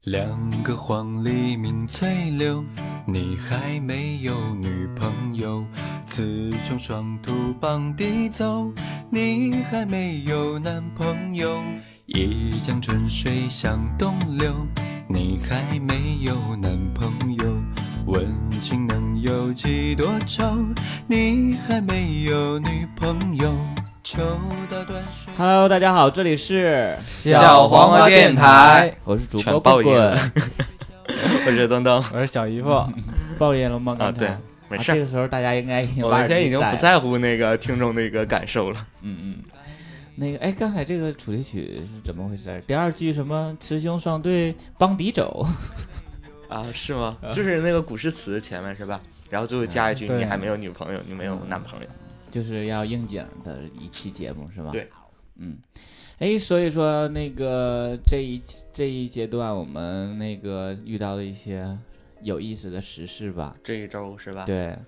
两个黄鹂鸣翠柳，你还没有女朋友。雌雄双兔傍地走，你还没有男朋友。一江春水向东流，你还没有男朋友。问君能有几多愁，你还没有女朋友。 Hello， 大家好，这里是小黄瓜电台， 我是主播棍棍， 我是东东， 我是小姨夫。 抱怨了吗？ 啊，对，没事。 这个时候大家应该已经我们现在已经不在乎那个听众那个感受了。 那个，刚才这个主题曲是怎么回事？第二句什么雌雄双对帮敌走啊？是吗？就是那个古诗词前面是吧？然后最后加一句，你还没有女朋友，你没有男朋友。 就是要应景的一期节目是吧？ 对， 所以说那个这一阶段我们那个遇到的一些有意思的时事吧， 这一周是吧？ 对，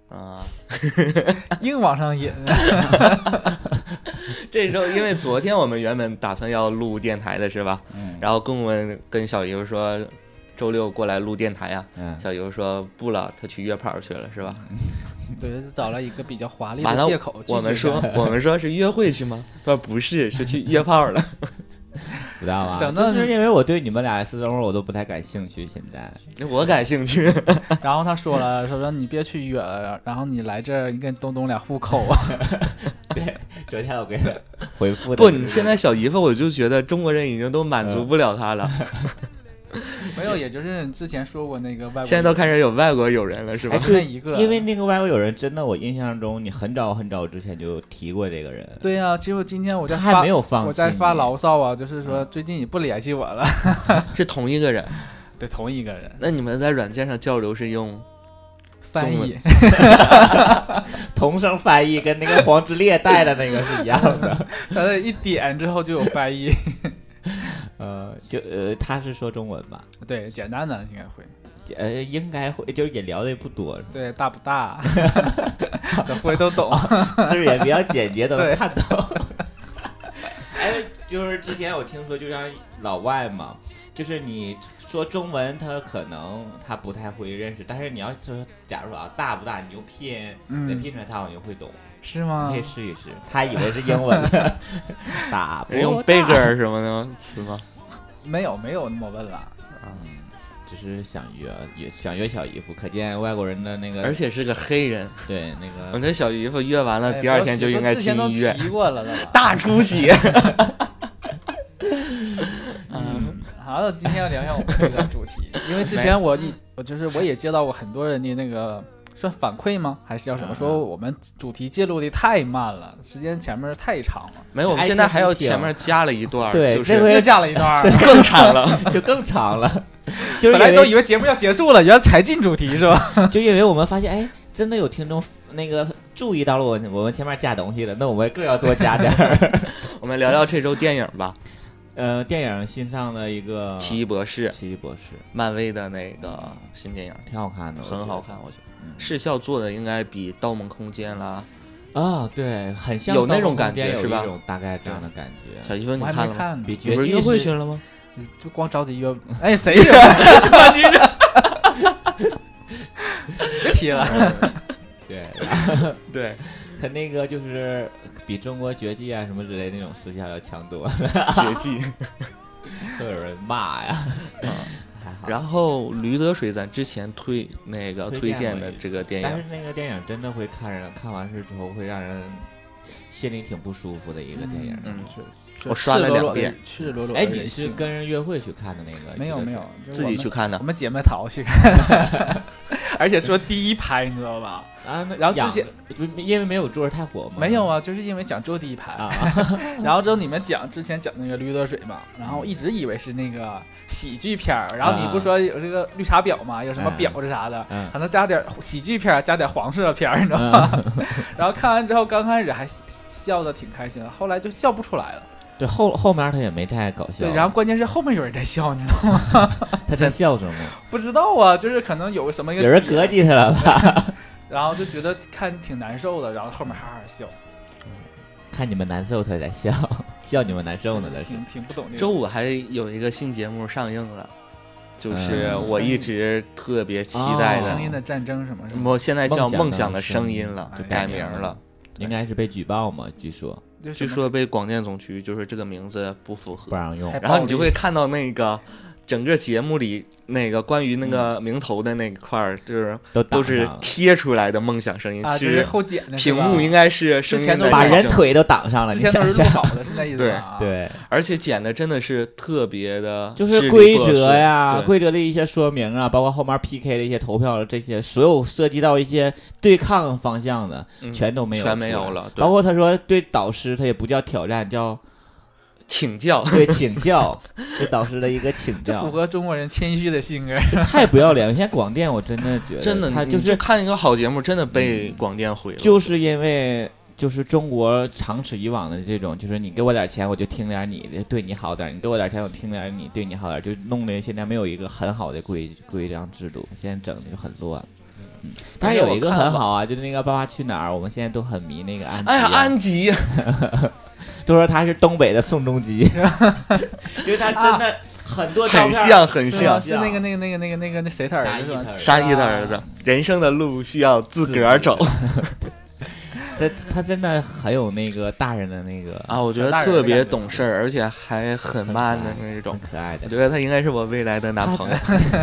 硬往上引。 这周因为昨天我们原本打算要录电台的是吧？然后跟小姨夫说周六过来录电台呀。小姨夫说不了，他去约炮去了是吧？ 对，找了一个比较华丽的借口。 我们说是约会去吗？他说不是，是去约炮了。 知道吗？就是因为我对你们俩的私生活我都不太感兴趣，现在我感兴趣。 然后他说你别去约了，然后你来这儿，你跟东东俩互抠啊。 对，昨天我给他回复的。 不，你现在小姨夫，我就觉得中国人已经都满足不了他了。 没有，也就是之前说过那个外国人， 现在都开始有外国友人了，是吧？ 对，一个， 因为那个外国友人真的，我印象中你很早之前就提过这个人。 对呀，结果今天他还没有放弃， 我在发牢骚啊，就是说最近你不联系我了。 是同一个人？ 对，同一个人。 那你们在软件上交流是用翻译？ 同声翻译跟那个黄致列带的那个是一样的。 他一点之后就有翻译。 他是说中文吧？ 对，简单的应该会。 应该会，就是也聊的也不多。 对，大不大？会都懂， 就是也比较简洁，都能看到。就是之前我听说，就像老外嘛，就是你说中文，他不太会认识，但是你要说，假如说大不大，你用拼出来，他好像就会懂。 是吗？ 你可以试一试。他以为是英文的。大不大？ 用 bigger 什么的词吗？ 没有那么问了。 只是想约小姨夫，可见外国人的那个， 而且是个黑人。 对，那个我这小姨夫约完了，第二天就应该进医院。 提过了， 大出血。 好的，今天要聊一下我们这个主题，因为之前我也接到过很多人的那个算反馈吗？还是叫什么？说我们主题记录的太慢了，时间前面太长了。 没有，我们现在还要前面加了一段， 对， 就是这回又加了一段， 就更长了， 就更长了。就是本来都以为节目要结束了，原来才进主题是吧？ 就因为我们发现，真的有听众那个注意到了我们前面加东西了，那我们更要多加点儿。 我们聊聊这周电影吧。 电影新上的一个奇异博士， 漫威的那个新电影， 挺好看的， 很好看，我觉得。视效做的应该比《盗梦空间》啦。 对，很像有那种感觉是吧？ 有一种大概这样的感觉。 小姨夫，你看了吗？ 比绝技约会去了吗？ 就光着急约，谁约？冠军别提了。 对， 他那个就是比中国绝技啊什么之类那种视效要强多了。 绝技都有人骂呀。 然后驴得水咱之前推荐的这个电影， 但是那个电影真的会看完事之后会让人心里挺不舒服的一个电影。 我刷了2遍， 赤裸裸。 你是跟人约会去看的那个？ 没有， 自己去看的。 我们姐妹淘去看，而且坐第一排，你知道吧？然后之前因为没有桌太火吗？ 没有啊，就是因为讲坐第一排啊。然后之后你们之前讲那个驴得水嘛，然后我一直以为是那个喜剧片儿，然后你不说有这个绿茶婊嘛，有什么婊子啥的，可能加点喜剧片，加点黄色片，你知道吗？然后看完之后，刚开始还笑得挺开心的，后来就笑不出来了。 对，后面他也没太搞笑。 对，然后关键是后面有人在笑，你知道吗？ 他在笑什么？ 不知道啊，就是可能有什么有人膈应他了吧？ 然后就觉得看挺难受的，然后后面哈哈笑。 看你们难受他在笑，笑你们难受呢， 挺不懂这个。 周五还有一个新节目上映了， 就是我一直特别期待的声音的战争什么什么， 我现在叫梦想的声音了，就改名了， 应该是被举报嘛，据说被广电总局就是这个名字不符合， 不让用， 然后你就会看到那个整个节目里那个关于那个名头的那块儿，就是都是贴出来的梦想声音，其实后剪的屏幕应该是声音的， 把人腿都挡上了， 之前都是录好的，现在意思对， 而且剪的真的是特别的， 就是规则呀，规则的一些说明啊，包括后面 PK 的一些投票这些，所有涉及到一些对抗方向的，全都没有， 全没有了。 包括他说对导师，他也不叫挑战，叫请教， 对，请教，对导师的一个请教， 符合中国人谦虚的性格。 太不要脸！现在广电我真的觉得， 真的， 他就看一个好节目，真的被广电毁了。 就是因为就是中国长此以往的这种，就是你给我点钱，我就听点你的，对你好点；你给我点钱，我听点你，对你好点，就弄得现在没有一个很好的规章制度，现在整的就很乱。但是有一个很好啊，就是那个《爸爸去哪儿》，我们现在都很迷那个安吉。 哎呀，安吉。 都说他是东北的宋仲基，因为他真的很多很像， 是那个谁他儿子， 沙溢的儿子。人生的路需要自个儿走。 他真的很有那个大人的那个啊，我觉得特别懂事儿，而且还很慢的那种， 可爱的。 我觉得他应该是我未来的男朋友。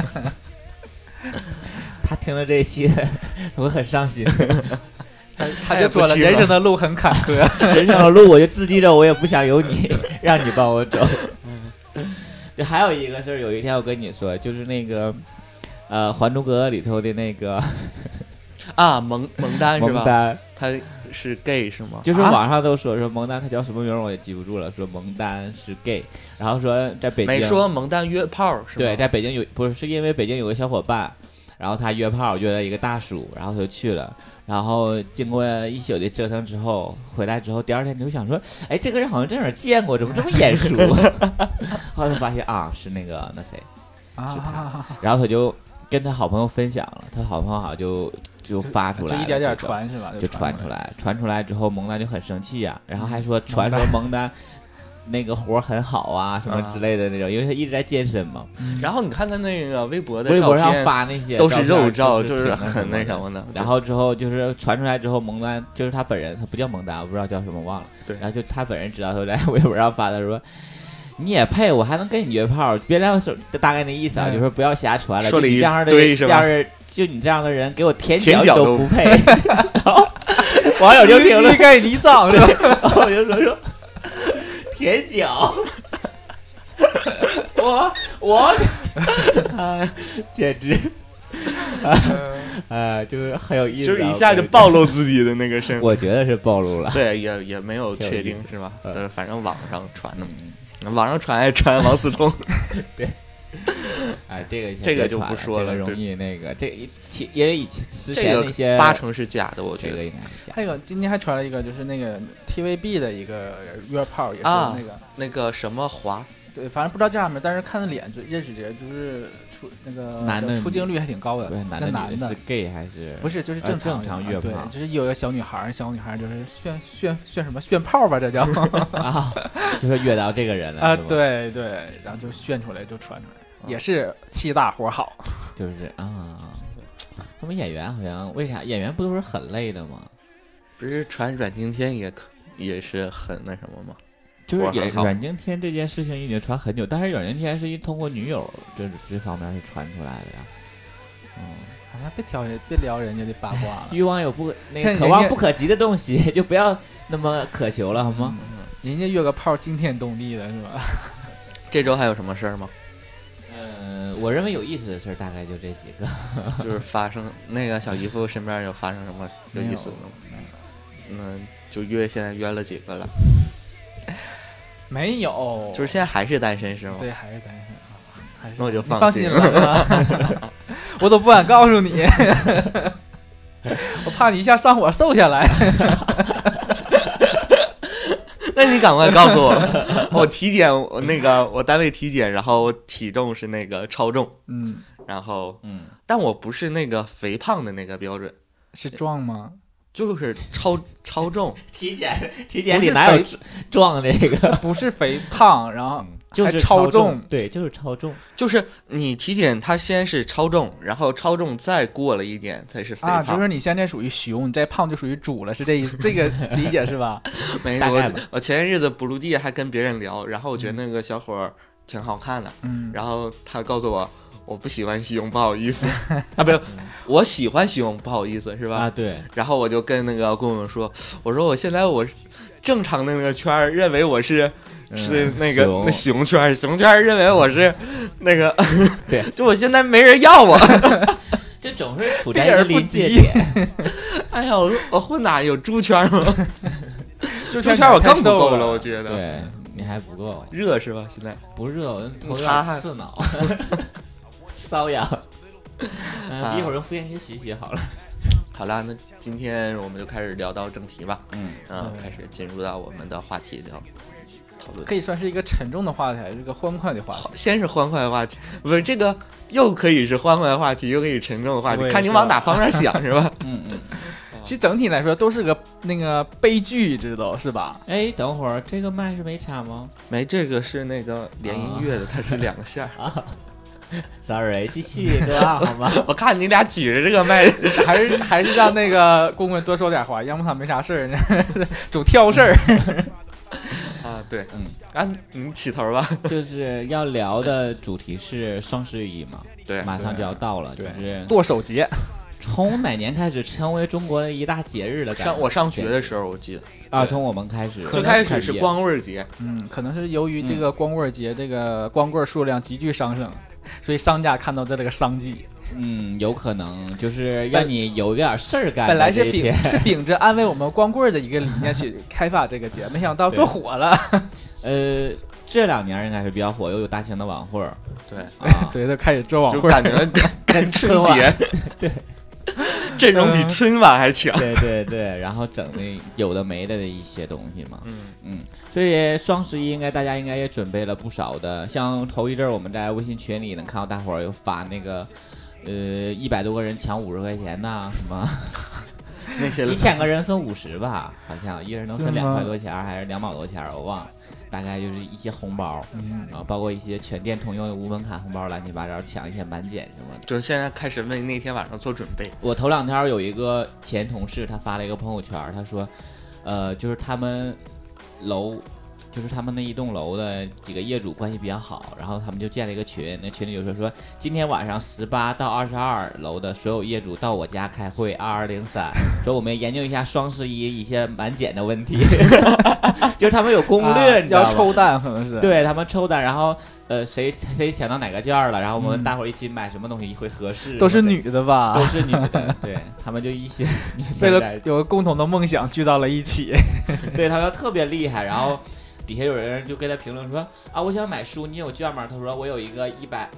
他听了这一期，我很伤心。 他就说了，人生的路很坎坷， 人生的路我就自己走，我也不想有你，让你帮我走。就还有一个事儿，有一天我跟你说，就是那个《还珠格格》里头的那个啊，蒙丹是吧？ 蒙丹他是 gay 是吗？ 就是网上都说蒙丹他叫什么名我也记不住了，说蒙丹是 gay， 然后说在北京没说蒙丹约炮是吗？ 对，在北京是因为北京有个小伙伴。然后他约炮约了一个大叔，然后他就去了，然后经过一宿的折腾之后，回来之后第二天你就想说，哎，这个人好像在哪儿见过，怎么这么眼熟？后来发现啊，是那个那谁，是他，然后他就跟他好朋友分享了，他好朋友好就发出来了， 就一点点传是吧？ 就传出来之后，蒙丹就很生气啊，然后还说传说蒙丹。那个活很好啊，什么之类的那种，因为他一直在健身嘛。 然后你看他那个微博上发那些都是肉照，就是很那什么的。 然后之后就是传出来之后，蒙丹就是他本人，他不叫蒙丹，我不知道叫什么忘了。 对。 然后就他本人知道，他在微博上发的说：“你也配？我还能跟你约炮？别让手，大概那意思啊，就是不要瞎传了。 说了一堆是吧？就你这样的人，给我舔脚都不配。”然后网友就评论：“ 盖你长是吧？” 然后我就说。舔脚，我，简直，就是很有意思， 就是一下就暴露自己的那个身份。 我觉得是暴露了， 对，也没有确定是吧？反正网上传的，网上传还传王思聪， 对。哎， 这个就不说了， 这个容易那个，因为以前之前那些 80%是假的，我觉得应该是假。 还有今天还传了一个，就是那个 TVB 的一个约炮，也是那个什么华， 对，反正不知道叫什么，但是看他脸就认识人，就是那个男的出镜率还挺高的， 对，男的是 gay 还是不是？就是正常约炮， 对，就是有个小女孩就是炫什么炫炮吧，这叫啊，就是约到这个人了啊，对，然后就炫出来就传出来。也是气大活好， 就是啊，他们演员好像为啥演员不都是很累的吗？ 不是传阮经天也是很那什么吗？ 就是阮经天这件事情已经传很久，但是阮经天是通过女友这方面是传出来的呀。 好像别聊人家的八卦了， 欲望有渴望不可及的东西，就不要那么渴求了，好吗？ 人家约个炮惊天动地的是吧？ 这周还有什么事儿吗？ 我认为有意思的事儿大概就这几个， 就是发生那个小姨夫身边有发生什么有意思的吗？就现在约了几个了？ 没有， 就是现在还是单身是吗？ 对，还是单身。 那我就放心了，我都不敢告诉你，我怕你一下上火瘦下来。 那你赶快告诉我，我体检，我单位体检，然后体重是那个超重，然后但我不是那个肥胖的那个标准， 是壮吗？ 就是超重。 体检里哪有壮这个？ 不是肥胖，然后就是超重， 对，就是超重， 就是你体检它先是超重，然后超重再过了一点才是肥胖， 就是你现在属于雄，你再胖就属于主了，是这意思？这个理解是吧？ 没我前些日子补录地还跟别人聊，然后我觉得那个小伙挺好看的，然后他告诉我不喜欢胸，不好意思啊，不是，我喜欢胸，不好意思，是吧？ 啊，对。 然后我就跟那个顾问说，我说我现在我正常的那个圈认为我是那个那熊圈认为我是那个， 对， 就我现在没人要我， 就总是处在一个临界点。 哎呀，我混哪有猪圈吗？ 猪圈我更不够了，我觉得。 对，你还不够热是吧？现在不热，我头有点刺挠。瘙痒，一会儿用敷衍巾洗洗好了。 好了，那今天我们就开始聊到正题吧。开始进入到我们的话题聊讨论， 可以算是一个沉重的话题，还是一个欢快的话题？ 先是欢快的话题，不是这个又可以是欢快的话题，又可以沉重的话题，看你往哪方面想是吧？ 其实整体来说都是个那个悲剧，知道是吧？ 哎，等会儿这个麦是没插吗？ 没，这个是那个连音乐的，它是两个线啊。Sorry， 继续对吧？好吗？ 我看你俩举着这个麦， 还是让那个公公多说点话，要不他没啥事儿，主挑事儿。 啊，对，你起头吧。 就是要聊的主题是双十一嘛， 对， 马上就要到了，就是剁手节。 从哪年开始成为中国的一大节日的感觉？ 我上学的时候我记得啊，从我们开始， 最开始是光棍节， 可能是由于这个光棍节这个光棍数量急剧上升，所以商家看到这个商机， 有可能就是让你有点事儿干。 本来是秉着安慰我们光棍的一个理念去开发这个节，没想到做火了。 这2年应该是比较火，又有大型的晚会， 对，都开始做晚会， 就感觉跟春节对。 阵容比春晚还强， 对，然后整的有的没的一些东西嘛，所以双十一大家应该也准备了不少的，像头一阵我们在微信群里能看到大伙儿有发那个，100多个人抢50块钱呐，什么那些 1000个人分50吧，好像一人能分2块多钱还是2毛多钱，我忘了。大概就是一些红包，包括一些全店通用的无门槛红包，乱七八糟抢一些满减什么的。 就是现在开始为那天晚上做准备。 我头2天有一个前同事，他发了一个朋友圈，他说，就是他们楼。就是他们那一栋楼的几个业主关系比较好，然后他们就建了一个群，那群里就说今天晚上18到22楼的所有业主到我家开会2203，说我们研究一下双十一一些满减的问题，就是他们有攻略，你知道吗？ 要抽单可能是， 对他们抽单，然后谁抢到哪个券了，然后我们大伙一起买什么东西会合适， 都是女的吧？ 都是女的，对他们就一些为了有个共同的梦想聚到了一起， 对他们特别厉害，然后。底下有人就给他评论说啊，我想买书，你有券吗？他说我有一个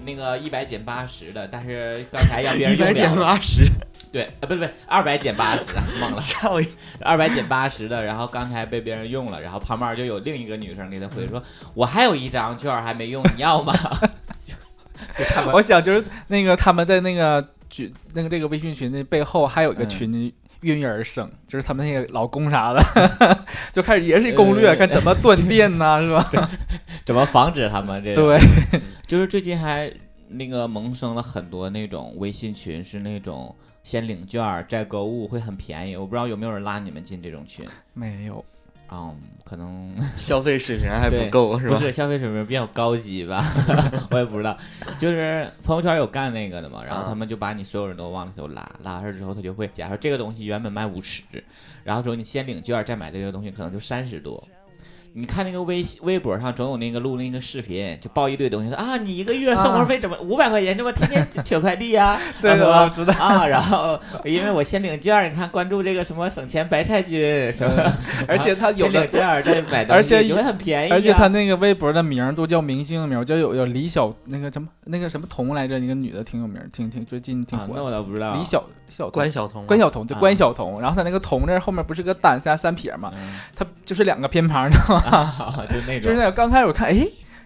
100减80的，但是刚才让别人用 100减80， 对，不200减80，忘了，200减80的，然后刚才被别人用了，然后旁边就有另一个女生给他回说，我还有一张券还没用，你要吗？ 就他们，我想就是那个他们在那个这个微信群的背后还有一个群。孕育而生，就是他们那个老公啥的，就开始也是攻略，看怎么断电呐，是吧？ 怎么防止他们这？ 对， 就是最近还那个萌生了很多那种微信群，是那种先领券再购物会很便宜。我不知道有没有人拉你们进这种群？ 没有。 可能消费水平还不够是吧？ 不是消费水平比较高级吧？我也不知道，就是朋友圈有干那个的嘛，然后他们就把你所有人都往里头拉上之后，他就会假设这个东西原本卖50，然后说你先领券再买这个东西，可能就30多。你看那个微博上总有那个录那个视频，就报一堆东西，说啊，你一个月生活费怎么500块钱，怎么天天取快递呀？ 对，我知道啊。然后因为我先领券，你看关注这个什么省钱白菜君什么， 而且他有领券再买东西，就会很便宜。 而且他那个微博的名都叫明星的名，叫有李小那个什么彤来着，那个女的挺有名，挺最近挺火的。 那我倒不知道。 关晓彤， 对，关晓彤。然后他那个彤字后面不是个单3撇吗？他就是2个偏旁的。 就那种， 就是那个刚开始我看，哎，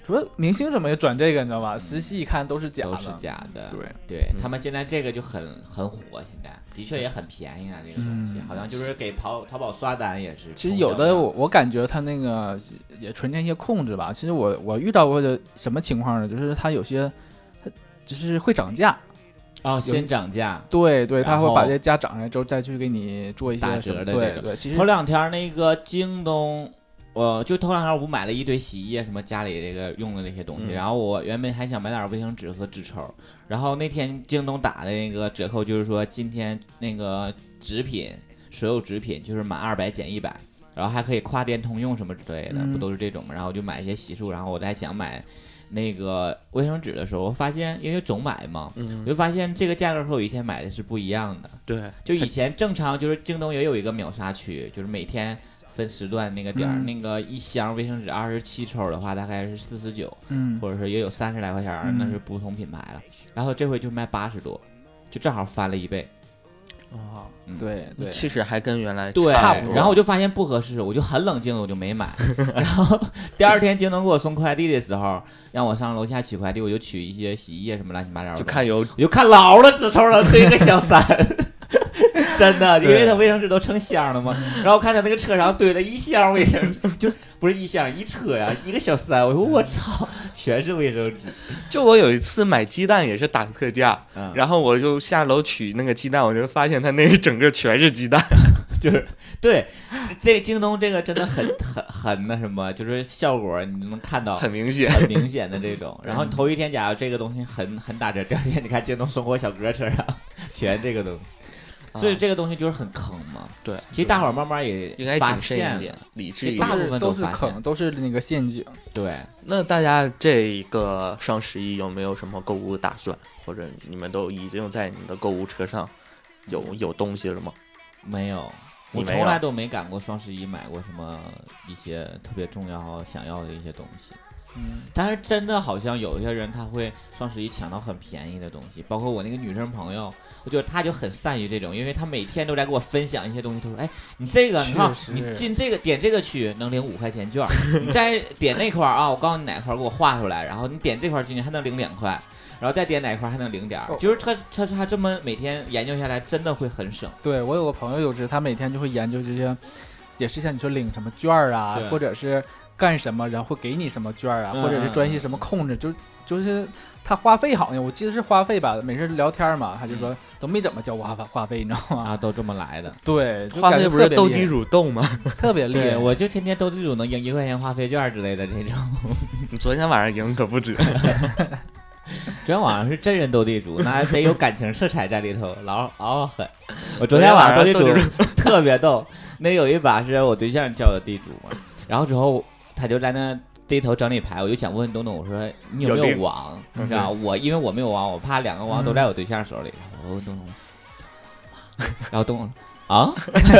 说明星怎么也转这个，你知道吧？实际一看都是假的， 都是假的。 对， 他们现在这个就很火，现在的确也很便宜啊，这个东西好像就是给淘宝刷单也是。 其实有的我感觉他那个也存在一些控制吧。其实我遇到过的什么情况呢？就是他有些他就是会涨价。 先涨价， 对，他会把这价涨上来之后再去给你做一些打折的对。其实头2天那个京东，就头2天我买了一堆洗衣液什么家里这个用的那些东西，然后我原本还想买点卫生纸和纸抽，然后那天京东打的那个折扣就是说今天那个纸品所有纸品就是满200减100，然后还可以跨店通用什么之类的，不都是这种吗？然后我就买一些洗漱，然后我在想买那个卫生纸的时候，我发现因为总买嘛，我就发现这个价格和我以前买的是不一样的。 对， 就以前正常就是京东也有一个秒杀区，就是每天分时段那个点儿，那个一箱卫生纸27抽的话，大概是49，或者是也有30来块钱，那是不同品牌了。然后这回就卖80多，就正好翻了1倍。 对， 其实还跟原来差不多。然后我就发现不合适，我就很冷静的我就没买。然后第2天京东给我送快递的时候，让我上楼下取快递，我就取一些洗衣液什么乱七八糟的，我就看老了纸抽了，这个小3。真的，因为他卫生纸都成箱了嘛，然后看他那个车上堆了1箱卫生纸，就不是1箱1车呀，一个小3，我说我操，全是卫生纸。 就我有一次买鸡蛋也是打特价，然后我就下楼取那个鸡蛋，我就发现他那一整个全是鸡蛋， 就是对，这京东这个真的很那什么，就是效果你能看到很明显的这种。然后你头1天假如这个东西很打折，第2天你看京东送货小哥车上全这个东西。所以这个东西就是很坑嘛。 对， 其实大伙儿慢慢也应该谨慎一点，理智一点。 大部分都是坑，都是那个陷阱。 对， 那大家这个双11有没有什么购物打算，或者你们都已经在你们的购物车上有东西了吗？ 没有，我从来都没赶过双11买过什么一些特别重要想要的一些东西。但是真的好像有一些人他会双11抢到很便宜的东西，包括我那个女生朋友，我觉得她就很善于这种，因为她每天都在给我分享一些东西。她说：“哎，你这个，你看，你进这个点这个区能领5块钱券，你再点那块啊，我告诉你哪块给我画出来，然后你点这块进去还能领2块，然后再点哪块还能领点。就是他这么每天研究下来，真的会很省。 对我有个朋友就是他每天就会研究这些，也是像你说领什么券啊，或者是。干什么，然后会给你什么券啊，或者是专一些什么控制，就是他话费好像我记得是话费吧，每次聊天嘛，他就说都没怎么交过话费，你知道吗？ 都这么来的。 对， 话费不是斗地主斗吗？ 特别厉害， 我就天天斗地主能赢1块钱话费券之类的这种。 你昨天晚上赢可不止。 昨天晚上是真人斗地主，那得有感情色彩在里头，老狠。我昨天晚上斗地主特别逗，那有一把是我对象叫的地主嘛，然后之后。他就在那低头整理牌，我就想问东东，我说你有没有王？你知道因为我没有王，我怕2个王都在我对象手里。然后我问东东，然后东东啊，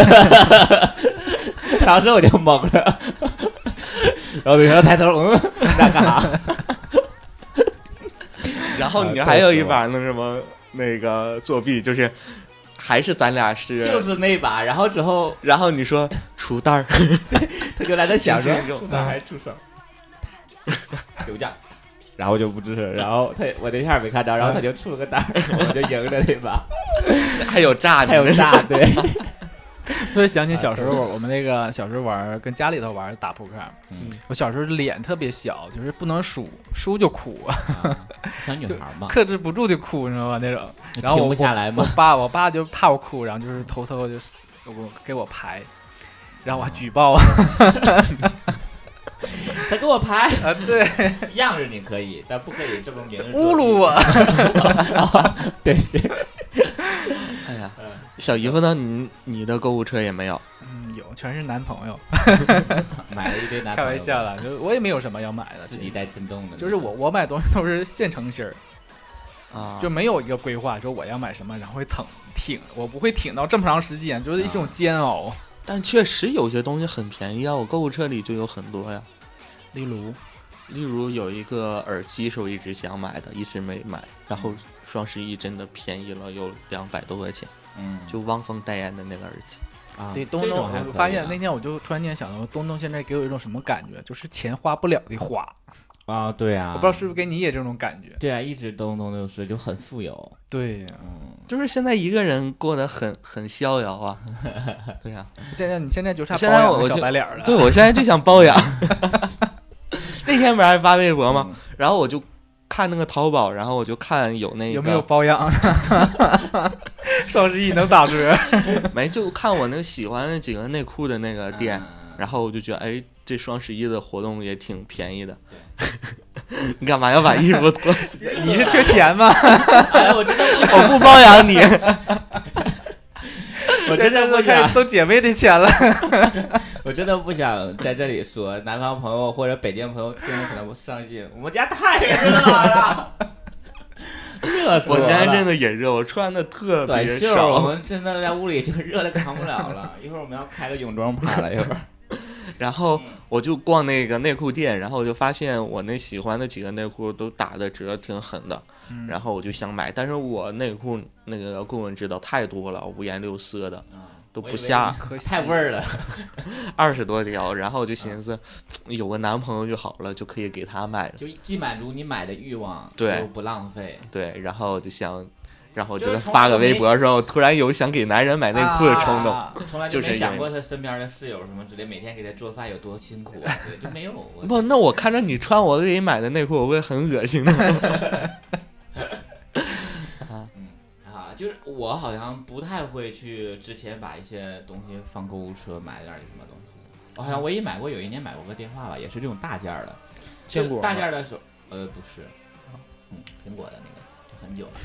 当时我就懵了，然后对象抬头，你在干啥？ 然后你还有一把那什么那个作弊，就是还是咱俩就是那把，然后你说出单儿。 他就来这想着出单还是出手，丢价，然后就不吱声，然后我对象没看着，然后他就出了个单，我就赢了那把， 还有炸， 对。 对，想起小时候我们那个小时候玩，跟家里头玩打扑克，我小时候脸特别小，就是不能输就哭， 小女孩嘛， 克制不住的哭，你知道吗？那种，然后停不下来嘛。 我爸就怕我哭，然后就是偷偷就给我牌。然后我还举报， 他给我牌啊，对， 让着你可以，但不可以这么明着侮辱我。 对， 哎呀，小姨夫呢？你的购物车也没有？ 有，全是男朋友， 买了一堆男朋友。 开玩笑了，就我也没有什么要买的， 自己带震动的。 就是我买东西都是现成心儿啊，就没有一个规划说我要买什么，然后会挺，我不会挺到这么长时间，就是一种煎熬。 但确实有些东西很便宜啊，我购物车里就有很多呀。 例如有一个耳机是我一直想买的，一直没买，然后双11真的便宜了，有200多块钱。就汪峰代言的那个耳机啊。对，东东，我发现那天我就突然间想到，东东现在给我一种什么感觉，就是钱花不了的花。 啊，对啊， 我不知道是不是给你也这种感觉。 对啊，一直东东就是就很富有。 对， 就是现在一个人过得很逍遥啊。对呀， 你现在就差现在我小白脸了。 对，我现在就想包养。那天不是还发微博吗？然后我就看那个淘宝，然后我就看有那个有没有包养。双11能打折？ 没，就看我那个喜欢的几个内裤的那个店，然后我就觉得，哎，这双11的活动也挺便宜的。你干嘛要把衣服脱？ 你是缺钱吗？ 哎，我真的我不包养你。 我真的不想收姐妹的钱了。 我真的不想在这里说，南方朋友或者北京朋友听了可能不伤心。我们家太热了，热死我了！ 我现在真的也热，我穿的特别少。 短袖，我们真的在屋里就热的扛不了了。一会儿我们要开个泳装趴了，一会儿。 然后我就逛那个内裤店，然后我就发现我那喜欢的几个内裤都打的折挺狠的，然后我就想买，但是我内裤那个顾问知道太多了，五颜六色的，都不下， 太味儿了 ，20多条，然后我就寻思，有个男朋友就好了，就可以给他买了， 就既满足你买的欲望， 对， 又不浪费， 对，然后我就想。然后我就发个微博的时候，突然有想给男人买内裤的冲动， 从来就没想过他身边的室友什么之类，每天给他做饭有多辛苦啊，对，就没有。 不，那我看着你穿我给你买的内裤，我会很恶心的。 就是我好像不太会去之前把一些东西放购物车买点什么东西。我好像唯一买过，有一年买过个电话吧，也是这种大件的。 坚果？ 大件的时候，不是，苹果的那个就很久了。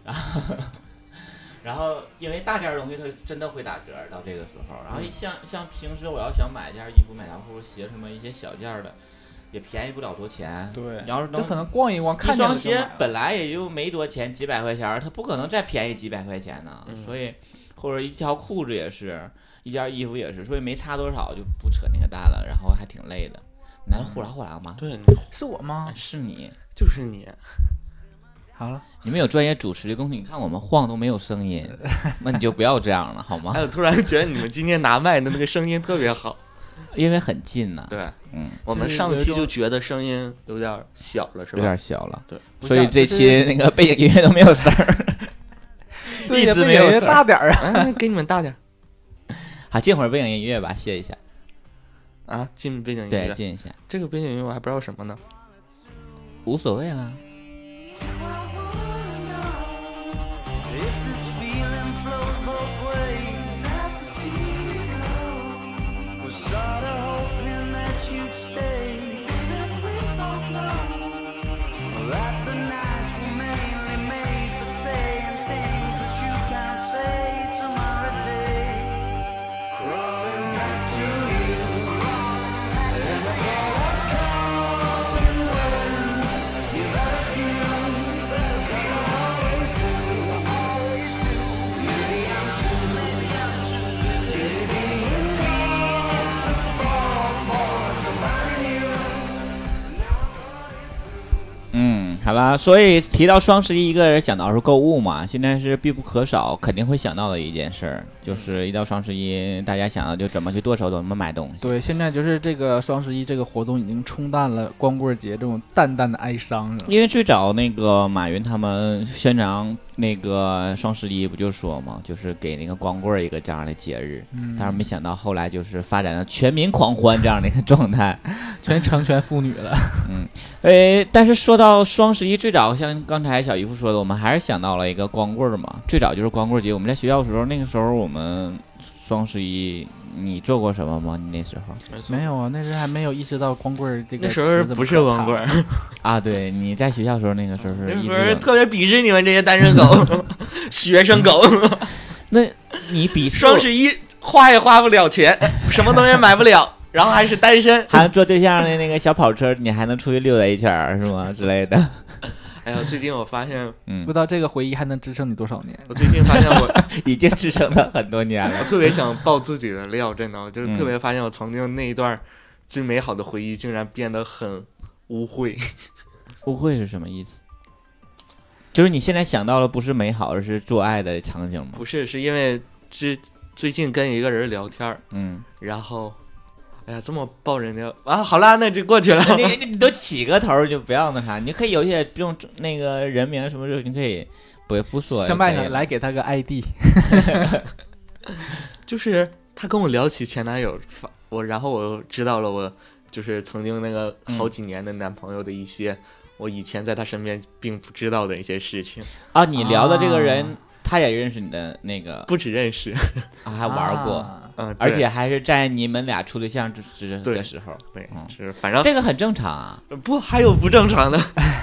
然后因为大件的东西它真的会打折到这个时候，然后像平时我要想买件衣服、买条裤、鞋什么一些小件的，也便宜不了多钱。 对， 你要是能可能逛一逛，看一双鞋本来也就没多钱，几百块钱，它不可能再便宜几百块钱呢。所以或者一条裤子也是，一件衣服也是，所以没差多少就不扯那个蛋了，然后还挺累的。难道呼啦呼啦吗？ 对， 是我吗？ 是你， 就是你。 好了， 你们有专业主持的功夫，你看我们晃都没有声音，那你就不要这样了，好吗？ 还有突然觉得你们今天拿麦的那个声音特别好， 因为很近呢。 对，我们上期就觉得声音有点小了，是吧？ 有点小了， 对， 所以这期那个背景音乐都没有声儿， 对， 一直没有声儿， 大点啊， 给你们大点。 好，进会儿背景音乐吧，歇一下。 啊，进背景音乐， 对，进一下。 这个背景音乐我还不知道什么呢， 无所谓啦。好了，所以提到双11，一个人想到是购物嘛，现在是必不可少，肯定会想到的一件事儿，就是一到双11，大家想到就怎么去剁手，怎么买东西。 对，现在就是这个双11这个活动已经冲淡了光棍节这种淡淡的哀伤了。 因为最早那个马云他们宣传那个双11不就说嘛，就是给那个光棍一个这样的节日，但是没想到后来就是发展了全民狂欢这样的一个状态， 全成全妇女了。 但是说到双11，最早像刚才小姨夫说的，我们还是想到了一个光棍嘛。最早就是光棍节，我们在学校的时候，那个时候我们双11，你做过什么吗？你那时候没有啊，那时候还没有意识到光棍这个。 那时候不是光棍啊，对，你在学校的时候，那个时候是那时候特别鄙视你们这些单身狗、学生狗。 那你鄙视双11花也花不了钱，什么东西买不了。然后还是单身， 还做对象的那个小跑车，你还能出去溜达一圈是吗？之类的。 哎呀，最近我发现， 不知道这个回忆还能支撑你多少年。 我最近发现我已经支撑了很多年了。 我特别想爆自己的料，真的，我就是特别发现我曾经那一段最美好的回忆，竟然变得很污秽。 污秽是什么意思？就是你现在想到的不是美好，而是做爱的场景吗？ 不是，是因为最近跟一个人聊天，然后。 哎呀，这么抱人的啊！好啦，那就过去了。 你都起个头就不要那啥，你可以有一些用那个人名什么的，你可以不说。 小麦来给他个 ID， 就是他跟我聊起前男友，然后我知道了我就是曾经那个好几年的男朋友的一些我以前在他身边并不知道的一些事情啊。你聊的这个人，他也认识你的那个？ 不只认识， 还玩过。 而且还是在你们俩处对象的时候， 对，是反正这个很正常啊。 不，还有不正常的，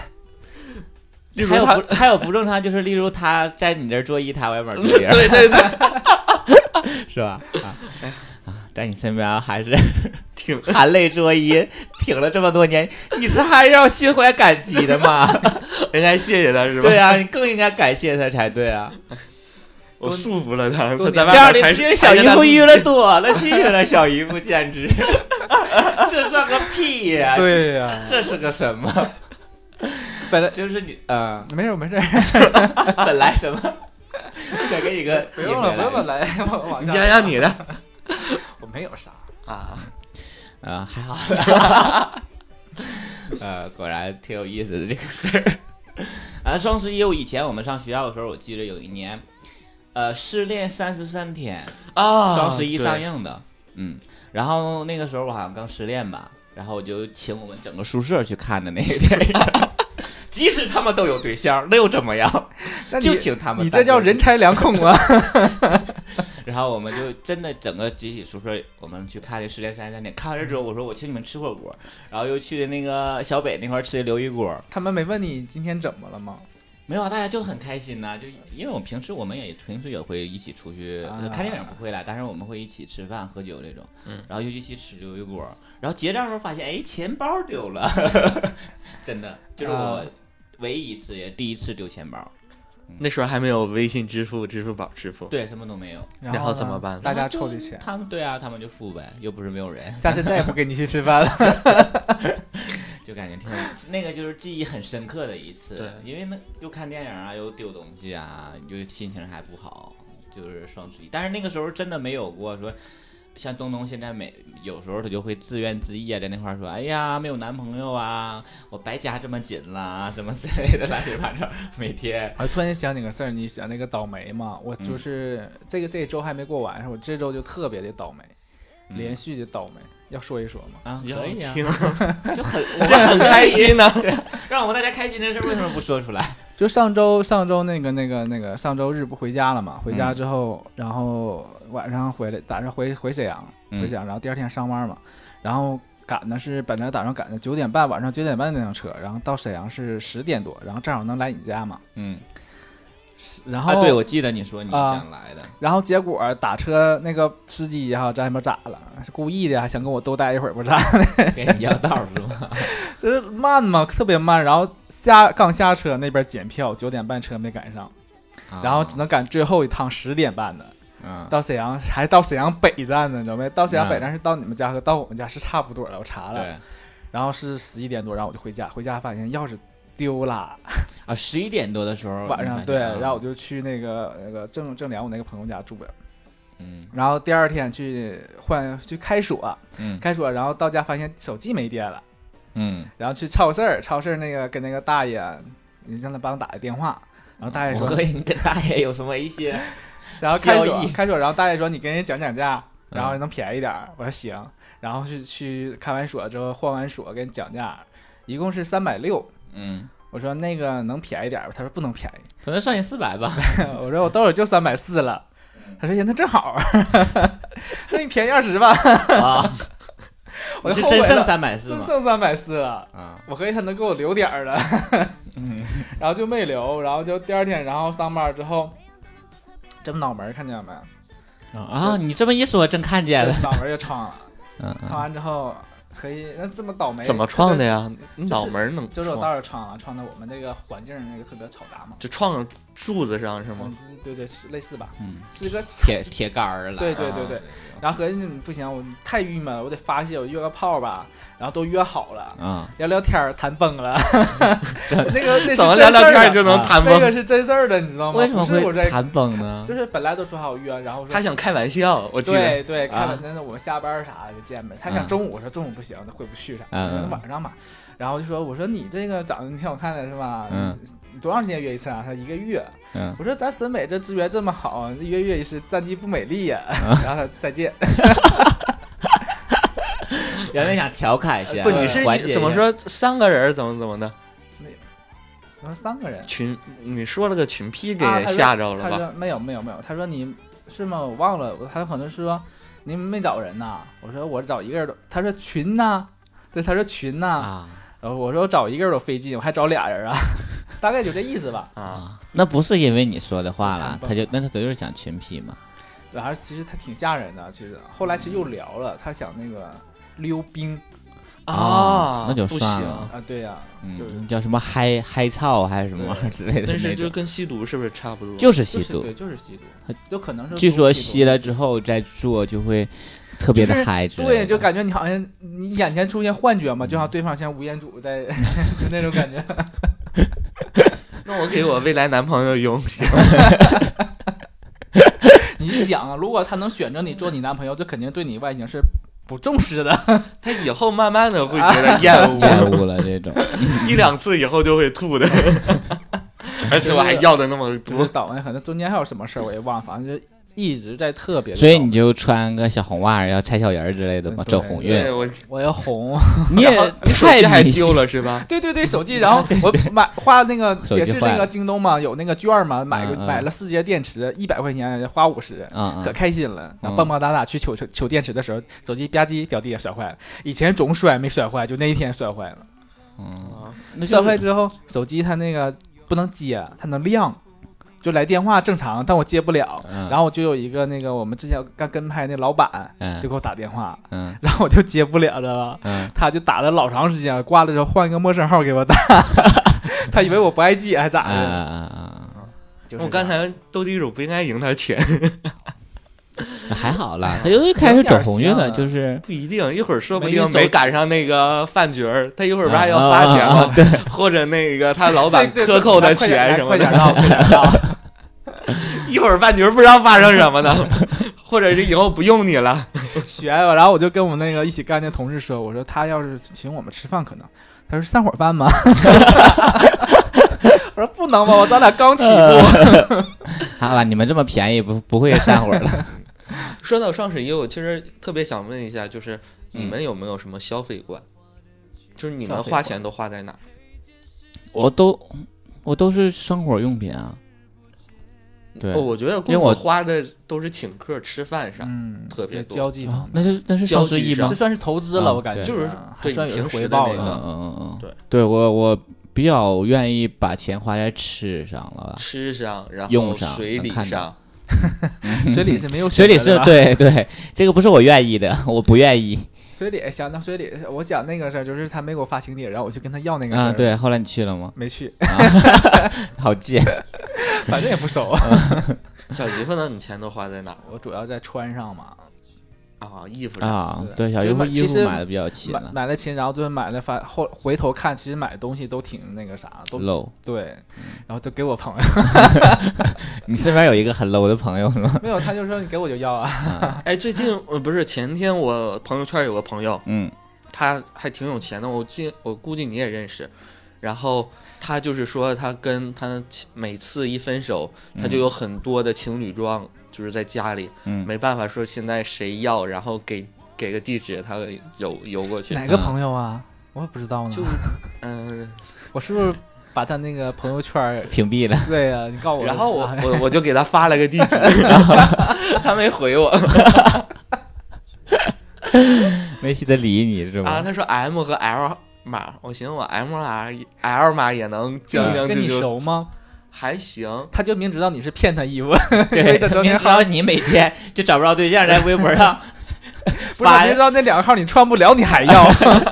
还有不正常，就是例如他在你这儿做一，他外面做零， 对对对， 是吧？在你身边还是挺含泪作揖，挺了这么多年，你是还要心怀感激的吗？ 应该谢谢他是吧？ 对啊，你更应该感谢他才对啊。 我束缚了他， 这样的小姨夫遇了多了去了，小姨夫简直，这算个屁呀！ 对呀， 这是个什么？本来就是你没事， 本来什么？再给你个不用了，来， 你讲讲你的， 我没有啥还好，果然挺有意思的这个事儿。双十一以前我们上学校的时候，我记得有一年。失恋33天啊，双十一上映的，然后那个时候我好像刚失恋吧，然后我就请我们整个宿舍去看的那个电影，即使他们都有对象，那又怎么样？就请他们。 你这叫人财两空啊！ 然后我们就真的整个集体宿舍，我们去看这失恋33天。看完了之后，我说我请你们吃火锅，然后又去的那个小北那块吃的鱿鱼锅。 他们没问你今天怎么了吗？ 没有啊，大家就很开心呐，就因为我们平时也会一起出去看电影不会啦，但是我们会一起吃饭喝酒这种，然后就一起吃鱿鱼锅，然后结账的时候发现哎钱包丢了，真的就是我唯一一次也第一次丢钱包。 那时候还没有微信支付、支付宝支付， 对，什么都没有。 然后怎么办？ 大家抽的钱， 他们就付呗，又不是没有人。 下次再也不跟你去吃饭了。 就感觉挺那个就是记忆很深刻的一次，对，因为那又看电影啊，又丢东西啊，就心情还不好，就是双十一。但是那个时候真的没有过说，像东东现在有时候他就会自怨自艾在那块说，哎呀没有男朋友啊，我白夹这么紧了，什么之类的乱七八糟，每天。 我突然想起个事儿，你想那个倒霉嘛？我就是这个周还没过完，我这周就特别的倒霉，连续的倒霉。要说一说吗？ 啊，可以啊， 就很开心呢。 对，让我们大家开心的事为什么不说出来？ 就上周那个上周日不回家了嘛？回家之后，然后晚上回来，打算回沈阳，然后第二天上班嘛，然后赶的是本来打算赶的9点半，晚上9点半那辆车，然后到沈阳是10点多，然后正好能来你家嘛。然后对，我记得你说你想来的， 然后结果打车那个司机在那边咋了？是故意的，还想跟我多待一会儿不咋的？ 给你要道是吗？ 就是慢嘛，特别慢。然后刚下车那边检票，9点半车没赶上，然后只能赶最后一趟10点半的。到沈阳还到沈阳北站呢，你知道没？到沈阳北站是到你们家和到我们家是差不多了，我查了。然后是11点多，然后我就回家，发现钥匙丢了啊！11点多的时候晚上，对，然后我就去那个正良我那个朋友家住的，然后第二天去开锁，开锁，然后到家发现手机没电了，然后去超市那个跟那个大爷，你让他帮我打个电话，然后大爷说你跟大爷有什么一些， 然后开锁，然后大爷说你跟人讲价，然后能便宜点，我说行，然后去开完锁之后换完锁跟你讲价，一共是360。我说那个能便宜点吧？他说不能便宜， 可能算你400吧。 我说我兜里就340了。他说呀，那正好，那你便宜20吧。 啊， 我是真剩340吗？ 真剩340了。我合计他能给我留点的，然后就没留，然后就第二天，然后上班之后，这不脑门看见没？ 你这么一说，真看见了， 脑门就创了。创完之后。 可以，那这么倒霉？ 怎么创的呀？你脑门能就是我道上创的我们那个环境那个特别嘈杂嘛。 就创柱子上是吗？ 对，是类似吧。是一个铁杆儿了。 对。然后合计不行，我太郁闷了，我得发泄，我约个炮吧。然后都约好了，聊天谈崩了。那个怎么聊天就能谈崩？ 那个是真事儿的，你知道吗？ 为什么会谈崩呢？ 就是本来都说好约，然后说他想开玩笑，我记得。 对，开玩笑，那我们下班啥就见呗。他想中午，我说中午不行，回不去啥，晚上嘛。然后就说，我说你这个长得挺好看的是吧？你多长时间约一次啊？他1个月。我说咱审美这资源这么好，1个月一次，战绩不美丽呀。然后他再见。 原来想调侃一下， 不，你是怎么说3个人怎么的？ 没有，我说3个人群，你说了个群批给人吓着了吧？ 他说没有，他说你是吗？我忘了，他可能说您没找人呐。我说我找1个人都，他说群呐，对，他说群呐。然后我说我找1个人都费劲，我还找2人啊，大概就这意思吧。 那不是因为你说的话了，他就是想群批嘛。 然后其实他挺吓人的，其实后来其实又聊了，他想那个溜冰那就算了啊，对呀，就是叫什么嗨操还是什么之类的， 但是就跟吸毒是不是差不多？ 就是吸毒， 对，就是吸毒，就可能是据说吸了之后再做就会特别的嗨之类的， 对，就感觉你好像你眼前出现幻觉嘛，就像对方像吴彦祖在，就那种感觉。 那我给我未来男朋友用行。 你想啊，如果他能选择你做你男朋友，这肯定对你外形是不重视的。 他以后慢慢的会觉得厌恶了这种 ，1、2次以后就会吐的。而且我还要的那么多。 倒霉，可能中间还有什么事儿我也忘了，反正就一直在特别。 所以你就穿个小红袜，要踩小人之类的嘛，走红运。 我要红。 你手机还丢了是吧？ 对，手机。然后我花那个也是那个京东嘛，有那个券嘛，买了4节电池，100块钱花50，可开心了。然后蹦蹦哒哒去求电池的时候，手机吧唧掉地下摔坏了。以前总摔没摔坏，就那一天摔坏了。摔坏之后，手机它那个不能接，它能亮。就来电话正常，但我接不了。然后我就有一个那个我们之前刚跟拍那老板，就给我打电话，然后我就接不了了。他就打了老长时间，挂了之后换一个陌生号给我打，他以为我不爱接还咋的？ 我刚才斗地主不应该赢他钱。 还好啦，他又开始走红运了，就是不一定，一会儿说不定没赶上那个饭局儿，他一会儿不还要发钱吗？或者那个他老板克扣的钱什么的。一会儿饭局不知道发生什么呢，或者是以后不用你了。 学了，然后我就跟我们那个一起干的同事说，我说他要是请我们吃饭可能，他说散伙饭吗？我说不能吧，咱俩刚起步。 好吧，你们这么便宜不会散伙了。 说到双十一，我其实特别想问一下，就是你们有没有什么消费观？就是你们花钱都花在哪？ 我都是生活用品啊。对， 我觉得因为我花的都是请客吃饭上，特别多交际方面。那是双十一吗？ 这算是投资了，我感觉就是还算有回报的。 对，我比较愿意把钱花在吃上了， 吃上，然后用上， 水礼上。 水礼是没有水礼是对，这个不是我愿意的，我不愿意。 水礼，想到水礼，我讲那个事儿，就是他没给我发请帖，然后我去跟他要那个事儿。 对，后来你去了吗？ 没去， 好贱， 反正也不熟。 小姨夫呢？你钱都花在哪儿？ 我主要在穿上嘛。 衣服上对，小姨夫衣服买的比较勤， 买了勤，然后就是买了回头看，其实买的东西都挺那个啥，都 low。 对，然后都给我朋友。 你身边有一个很 low 的朋友是吗？ 没有，他就说你给我就要啊。 最近不是前天我朋友圈有个朋友，他还挺有钱的，我估计你也认识。然后他就是说，他跟他每次一分手，他就有很多的情侣装。就是在家里，没办法说现在谁要，然后给个地址，他邮过去。 哪个朋友啊？我也不知道呢。 就我是不是把他那个朋友圈屏蔽了？ 对呀，你告诉我。 然后我就给他发了个地址，他没回我。 没记得理你是吧？ 他说 M 和 L 码，我寻思我 L 码也能将就。 跟你熟吗？ 还行， 他就明知道你是骗他衣服， 对，明知道你每天就找不着对象，在微博上不是你知道那2个号你穿不了，你还要？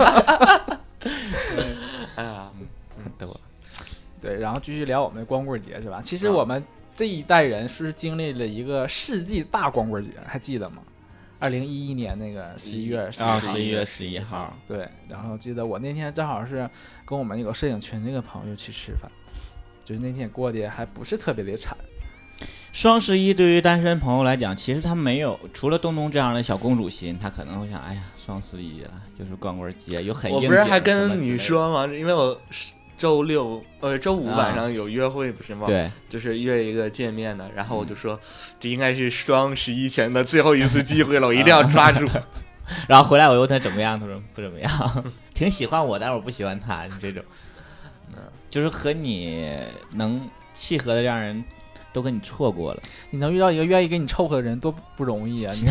哎呀， 对，然后继续聊我们的光棍节是吧？其实我们这一代人是经历了一个世纪大光棍节，还记得吗？2011年那个11月 11号， 对，然后记得我那天正好是跟我们那个摄影群那个朋友去吃饭，就是那天过得还不是特别的惨。 双11对于单身朋友来讲，其实他没有除了东东这样的小公主心，他可能会想，哎呀，双11了，就是光棍节，有很应景。 我不是还跟你说吗？因为我周五晚上有约会，不是吗？ 对， 就是约一个见面的，然后我就说，这应该是双11前的最后一次机会了，我一定要抓住。 然后回来我问他怎么样，他说不怎么样，挺喜欢我，但是我不喜欢他，这种，就是和你能契合的让人都跟你错过了。 你能遇到一个愿意跟你凑合的人多不容易啊！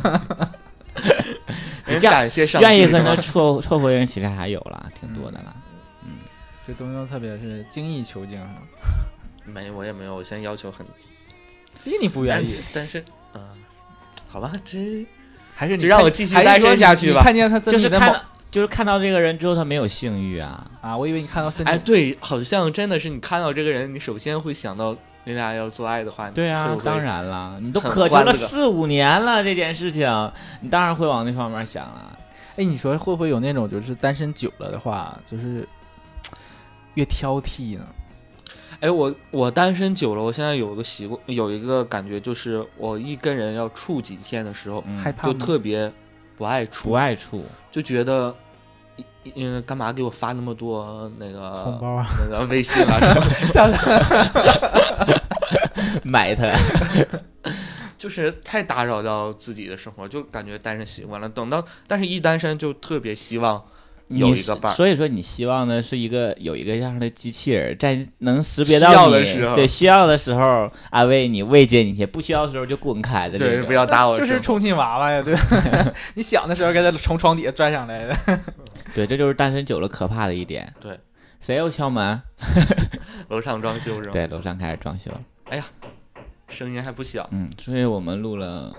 你感谢上帝， 愿意跟他凑合的人其实还有啦，挺多的啦。 这东西特别是精益求精。 没，我也没有，我现在要求很低。 逼你不愿意， 但是好吧，这还是你让我继续单身下去吧。 看见他身体的就是看到这个人之后，他没有性欲啊！ 我以为你看到身体。 哎，对，好像真的是你看到这个人，你首先会想到你俩要做爱的话， 对啊，当然了，你都渴求了4、5年了，这件事情，你当然会往那方面想了。 哎，你说会不会有那种就是单身久了的话，就是越挑剔呢？ 哎，我单身久了，我现在有个习惯，有一个感觉，就是我一跟人要处几天的时候， 害怕， 就特别不爱处，就觉得，干嘛给我发那么多那个红包啊， 那个微信啊什么， 买它， 就是太打扰到自己的生活，就感觉单身习惯了。但是一单身就特别希望有一个伴， 所以说你希望的是有一个这样的机器人，在能识别到你对需要的时候安慰你、慰藉你，不需要的时候就滚开的。 对，不要打我。 就是充气娃娃呀，对。你想的时候给他从床底下拽上来的。 对，这就是单身久了可怕的一点。 对， 谁又敲门？ 楼上装修是吗？ 对，楼上开始装修了。 哎呀，声音还不小。 所以我们录了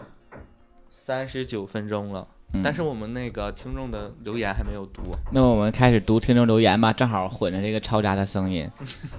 39分钟了。但是我们那个听众的留言还没有读， 那我们开始读听众留言吧，正好混着这个嘈杂的声音。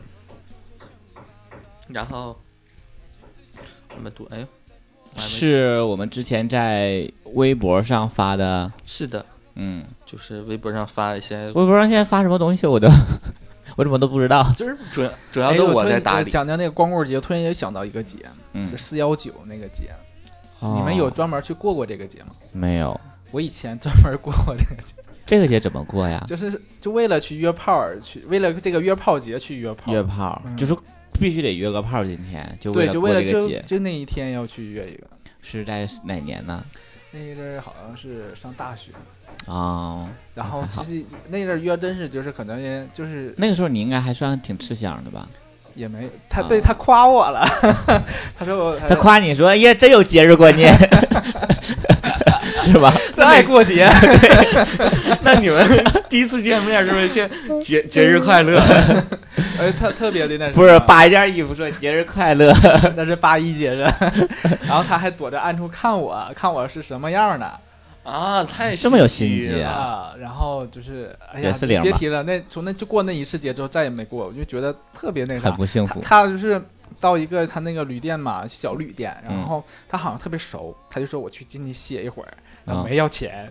然后我们读，哎呦， 是我们之前在微博上发的。 是的，就是微博上发一些。 微博上现在发什么东西我怎么都不知道。 就是主要都我在打理。 讲到那个光棍节，突然也想到一个节，就419那个节。你们有专门去过这个节吗？ 没有。 我以前专门过这个节。 这个节怎么过呀？ 就为了去约炮而去，为了这个约炮节去约炮。 约炮，就是必须得约个炮，今天就为了这个节， 就那一天要去约一个。 是在哪年呢？ 那阵好像是上大学然后其实那阵约真是就是可能就是那个时候你应该还算挺吃香的吧？ 也没他对他夸我了，他夸你说耶，真有节日观念。是吧？ 真爱过节。 那你们第一次见面是不是先节日快乐？ 他特别的那不是扒一件衣服说节日快乐， 那是81节日。然后他还躲着暗处看我是什么样的啊！太这么有心机啊！然后就是哎呀， 别提了，从那就过那一次节之后再也没过，我就觉得特别那啥， 很不幸福。 他就是到一个他那个旅店嘛，小旅店，然后他好像特别熟，他就说我去进去歇一会儿。然后没要钱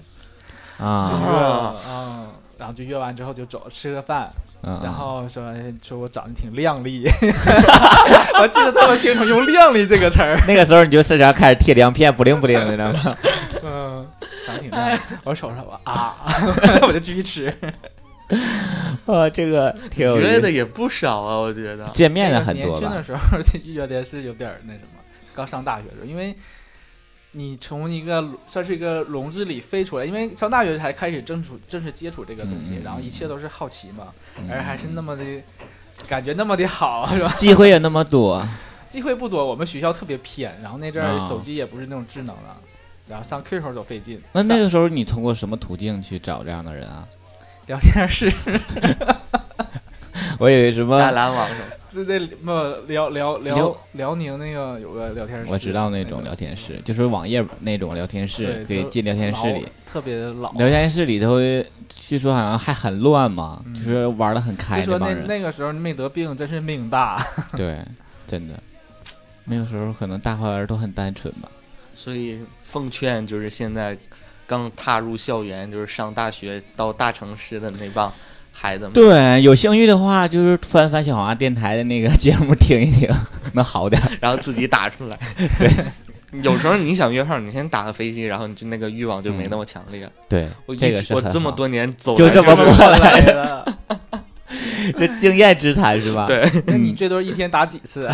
然后就约完之后就走吃个饭，然后说我长得挺靓丽。我记得特别清楚，用靓丽这个词儿。 那个时候你就身上开始贴亮片，不灵不灵的，知道吗？ 长得挺靓。我手上我就继续吃。 这个挺有意思， 约的也不少啊，我觉得见面的很多吧。 年轻的时候约的是有点那什么，刚上大学的时候，因为你从一个算是一个笼子里飞出来，因为上大学才开始正式接触这个东西，然后一切都是好奇嘛，而还是那么的感觉那么的好，是吧？ 机会也那么多， 机会不多。我们学校特别偏，然后那阵儿手机也不是那种智能的，然后上 QQ 都费劲。 那个时候你通过什么途径去找这样的人啊？ 聊天室。 我以为什么大蓝网什么。 对，辽宁那个有个聊天室， 我知道那种聊天室，就是网页那种聊天室，对，进聊天室里特别老。 聊天室里头据说好像还很乱嘛，就是玩得很开。 就说那个时候没得病，真是命大。 对，真的，那个时候可能大伙儿都很单纯吧。 所以奉劝就是现在刚踏入校园，就是上大学到大城市的那帮孩子们， 对，有兴趣的话，就是翻翻小黄鸭电台的那个节目听一听，能好点。 然后自己打出来。 对， 有时候你想约炮，你先打个飞机，然后你就那个欲望就没那么强烈。 对， 这个是我这么多年走就这么过来的。 这经验之谈是吧？ 对， 那你最多一天打几次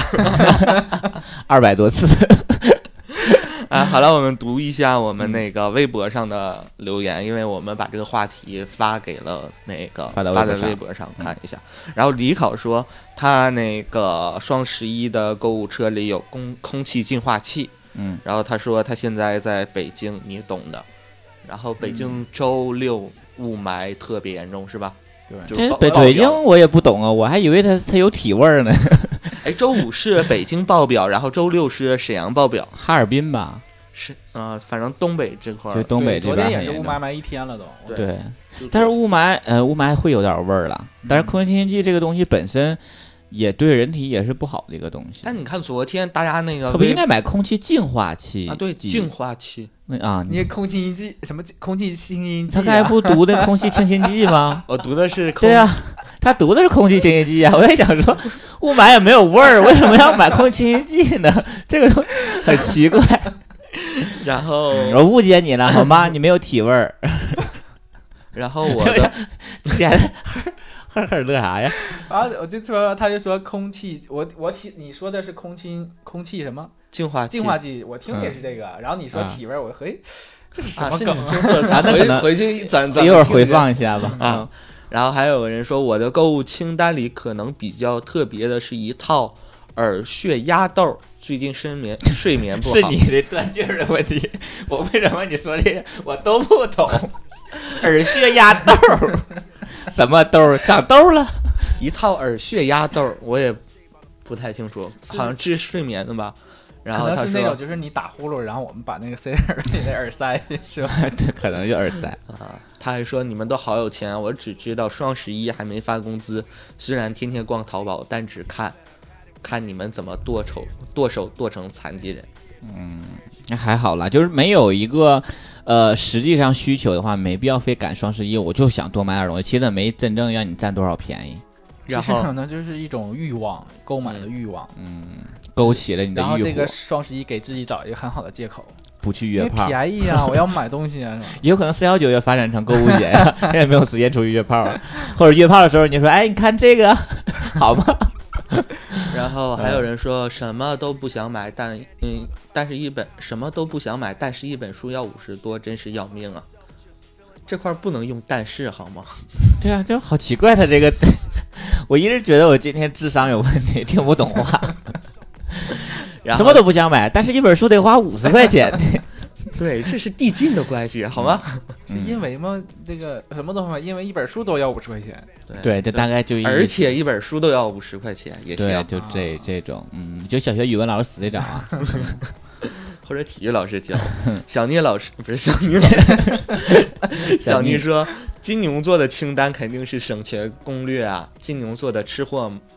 ？200多次。 啊，好了，我们读一下我们那个微博上的留言，因为我们把这个话题发给了那个发在微博上看一下。然后李考说他那个双11的购物车里有空气净化器，然后他说他现在在北京，你懂的。然后北京周6雾霾特别严重，是吧？ 对，北京我也不懂啊，我还以为它有体味呢。 哎，周5是北京爆表，然后周6是沈阳爆表， 哈尔滨吧？ 是反正东北这块， 对，东北这边昨天也是雾霾一天了都。 对，但是雾霾会有点味儿了。但是空气清新剂这个东西本身也对人体也是不好的一个东西。 但你看昨天大家那个， 他不应该买空气净化器啊？对，净化器啊， 你空气清新剂什么空气清新剂？ 他刚才不读的空气清新剂吗？ 我读的是对啊，他读的是空气清新剂啊。我在想说，雾霾也没有味儿，为什么要买空气清新剂呢？这个都很奇怪。 然后我误解你了，好吗？你没有体味儿。 然后我的呵乐啥呀？ 啊，我就说，他就说空气，你说的是空气什么净化剂，我听也是这个。然后你说体味，我嘿，这是什么梗？ 回去咱一会儿回放一下吧。 啊，然后还有人说，我的购物清单里可能比较特别的是一套耳穴压豆。最近睡眠不好， 是你的断句的问题。我为什么你说这个我都不懂？耳穴压豆，什么豆长痘了？ 一套耳穴压豆，我也不太清楚，好像治睡眠的吧。然后他说是那种就是你打呼噜，然后我们把那个塞耳里的耳塞是吧？ 对，可能就耳塞啊。他还说你们都好有钱，我只知道双11还没发工资，虽然天天逛淘宝，但只看你们怎么剁手剁成残疾人。 那还好啦，就是没有一个实际上需求的话，没必要非赶双11，我就想多买点东西，其实没真正让你占多少便宜。 其实可能就是一种欲望，购买的欲望， 勾起了你的欲火。 然后这个双11给自己找一个很好的借口， 不去约炮， 便宜啊，我要买东西啊， 也有可能419也发展成购物节呀，也没有时间出去约炮，或者约炮的时候你说，哎，你看这个好吗？ 然后还有人说什么都不想买，但是什么都不想买，但是一本书要50多，真是要命啊！这块不能用但是好吗？ 对啊，就好奇怪，他这个，我一直觉得我今天智商有问题，听不懂话。什么都不想买，但是一本书得花50块钱。 对，这是递进的关系，好吗？ 是因为吗？这个什么都买，因为一本书都要50块钱。 对，这大概就而且一本书都要50块钱也行。 对，就这种，就小学语文老师死得早啊， 或者体育老师教。小聂老师不是小聂老师，小聂说金牛座的清单肯定是省钱攻略啊。金牛座的吃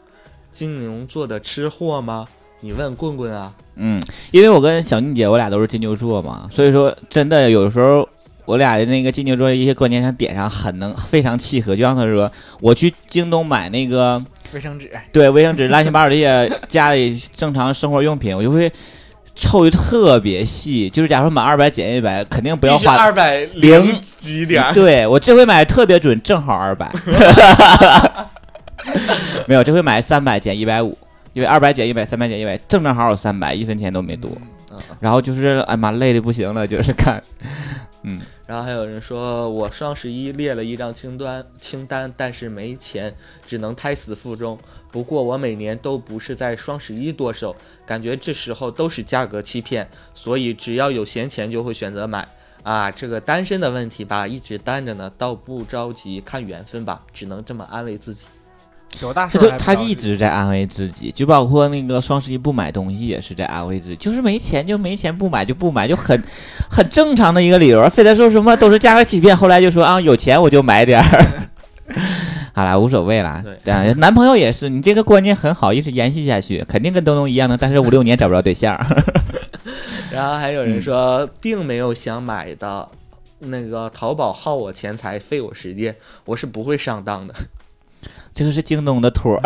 货吗？你问棍棍啊。 因为我跟小妮姐我俩都是金牛座嘛，所以说真的有时候我俩的那个金牛座一些观念上点上非常契合。就像他说，我去京东买那个卫生纸， 对，卫生纸乱七八糟这些家里正常生活用品，我就会凑的特别细，就是假如买200减100，肯定不要花 200几点。 对，我这回买特别准，正好200。没有，这回买300减150。因为200减100，300减100，正好有300，一分钱都没多。然后就是哎妈，累的不行了，就是看。 然后还有人说我双11列了一张清单，但是没钱，只能胎死腹中。不过我每年都不是在双11剁手，感觉这时候都是价格欺骗，所以只要有闲钱就会选择买。啊，这个单身的问题吧，一直单着呢，倒不着急，看缘分吧，只能这么安慰自己。 有大事他一直在安慰自己，就包括那个双11不买东西也是在安慰自己，就是没钱就没钱，不买就不买，就很正常的一个理由，非得说什么都是价格欺骗，后来就说啊有钱我就买点儿。好啦，无所谓啦。对，男朋友也是，你这个观念很好，一直延续下去，肯定跟东东一样的，但是5-6年找不着对象。 然后还有人说，并没有想买的，那个淘宝耗我钱财，费我时间，我是不会上当的。 这个是京东的托。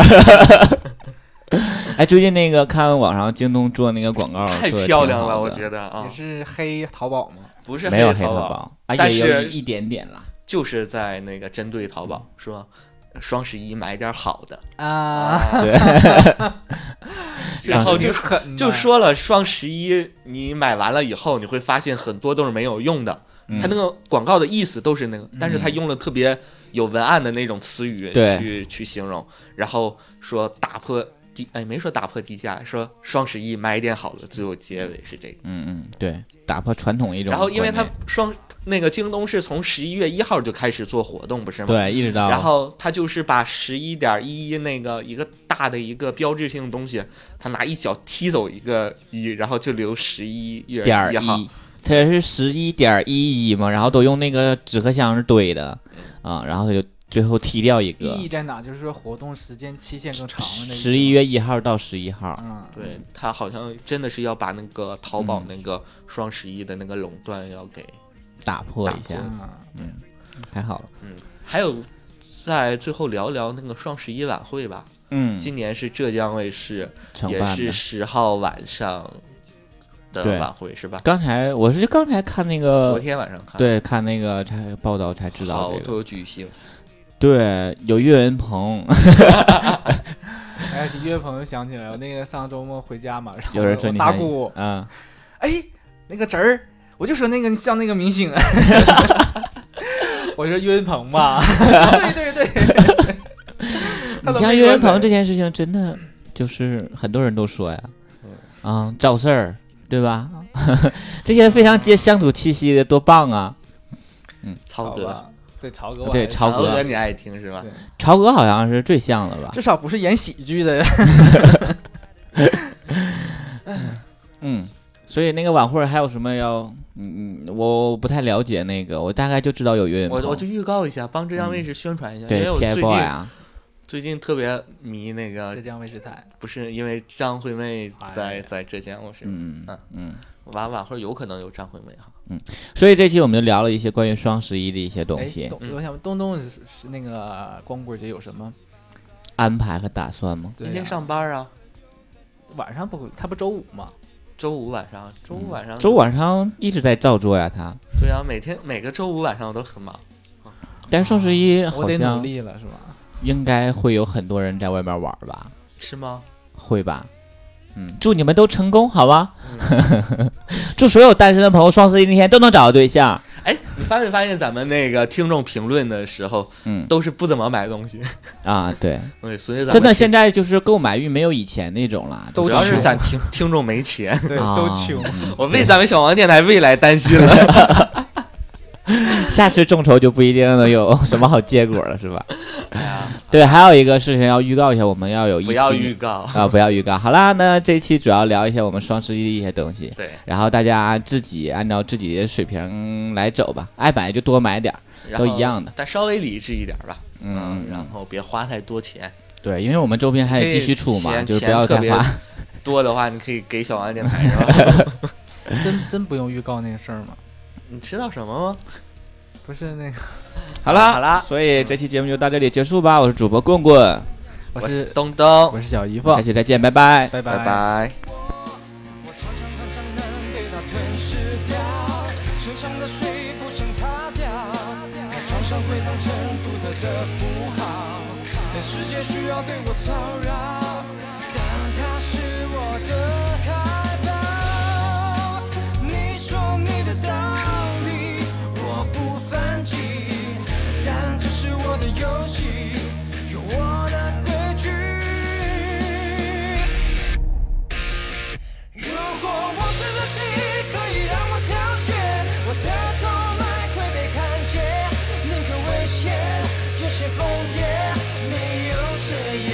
哎，最近那个看网上京东做那个广告， 太漂亮了，我觉得啊。 也是黑淘宝吗？ 不是没有黑淘宝， 但是也有一点点啦。 就是在那个针对淘宝说。双11买点好的啊， 对， 然后就说了双11你买完了以后，你会发现很多都是没有用的。他那个广告的意思都是那个，但是他用了特别有文案的那种词语去形容，然后说没说打破低价，说双11买点好的，最后结尾是这个。 对，打破传统一种。 然后因为他那个京东是从11月1号就开始做活动，不是吗？ 对，一直到。 然后他就是把11.11那个一个大的一个标志性的东西，他拿一脚踢走一个1，然后就留11月1号。 它是11.11嘛，然后都用那个纸壳箱是堆的啊，然后他就最后踢掉一个。 意义在哪？就是说活动时间期限更长的 11月1号到11号。 对，他好像真的是要把那个淘宝那个双11的那个垄断要给打破一下。还好。 还有在最后聊聊那个双11晚会吧。今年是浙江卫视，也是10号晚上的晚会是吧？ 我是刚才看那个， 昨天晚上看， 对，看那个报道才知道这个。 好多巨星， 对，有岳云鹏。 哎，岳云鹏想起来，我那个上周末回家嘛，然后有人说你大姑，哎，那个侄儿，我就说那个像那个明星，我说岳云鹏嘛，对。 你像岳云鹏这件事情，真的就是很多人都说呀，找事儿。对吧？这些非常接乡土气息的，多棒啊！ 曹哥， 对曹哥， 对曹哥你爱听是吧？ 曹哥好像是最像的吧？ 至少不是演喜剧的。 所以那个晚会还有什么要？我不太了解那个，我大概就知道有岳云鹏。 我就预告一下，帮浙江卫视宣传一下， 对， 因为我最近特别迷那个浙江卫视台， 不是因为张惠妹在浙江卫视，晚会有可能有张惠妹哈， 所以这期我们就聊了一些关于双11的一些东西。 我想东东是那个光棍节有什么安排和打算吗？ 今天上班啊， 晚上他不周五吗？ 周五晚上一直在照做呀，他。 对啊，每个周五晚上我都很忙， 但是双11好像我得努力了是吧？ 应该会有很多人在外面玩吧？ 是吗？ 会吧。祝你们都成功，好吧？祝所有单身的朋友双11那天都能找到对象。 哎，你发没发现咱们那个听众评论的时候，都是不怎么买东西啊？对， 所以咱们真的现在就是购买欲没有以前那种了， 主要是咱听众没钱， 对，都穷。 我为咱们小王电台未来担心了。 下次众筹就不一定能有什么好结果了，是吧？对，还有一个事情要预告一下，我们要有不要预告啊，不要预告。好啦，那这一期主要聊一下我们双11的一些东西。 对， 然后大家自己按照自己的水平来走吧，爱买就多买点，都一样的， 但稍微理智一点吧。然后别花太多钱。 对，因为我们周边还得继续出嘛，就是不要太花。 多的话，你可以给小王电台是吧？ 真不用预告那个事儿吗？ 你知道什么吗？ 不是那个。 好了，所以这期节目就到这里结束吧。我是主播棍棍， 我是东东， 我是小姨夫， 下期再见，拜拜， 拜拜拜。世界需要对我骚扰，但它是我的开导。你说你的道理，我不反击，但这是我的游戏，有我的规矩。如果王子的心可以让我挑选，我的头脉会被看见，宁可危险，有些疯癫。没有这样。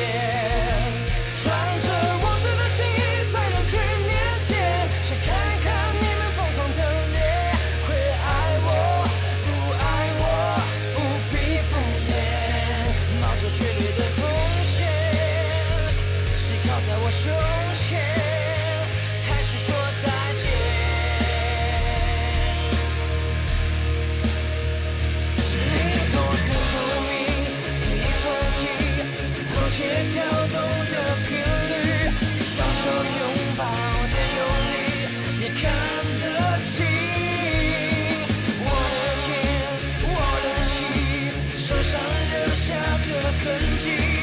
痕迹。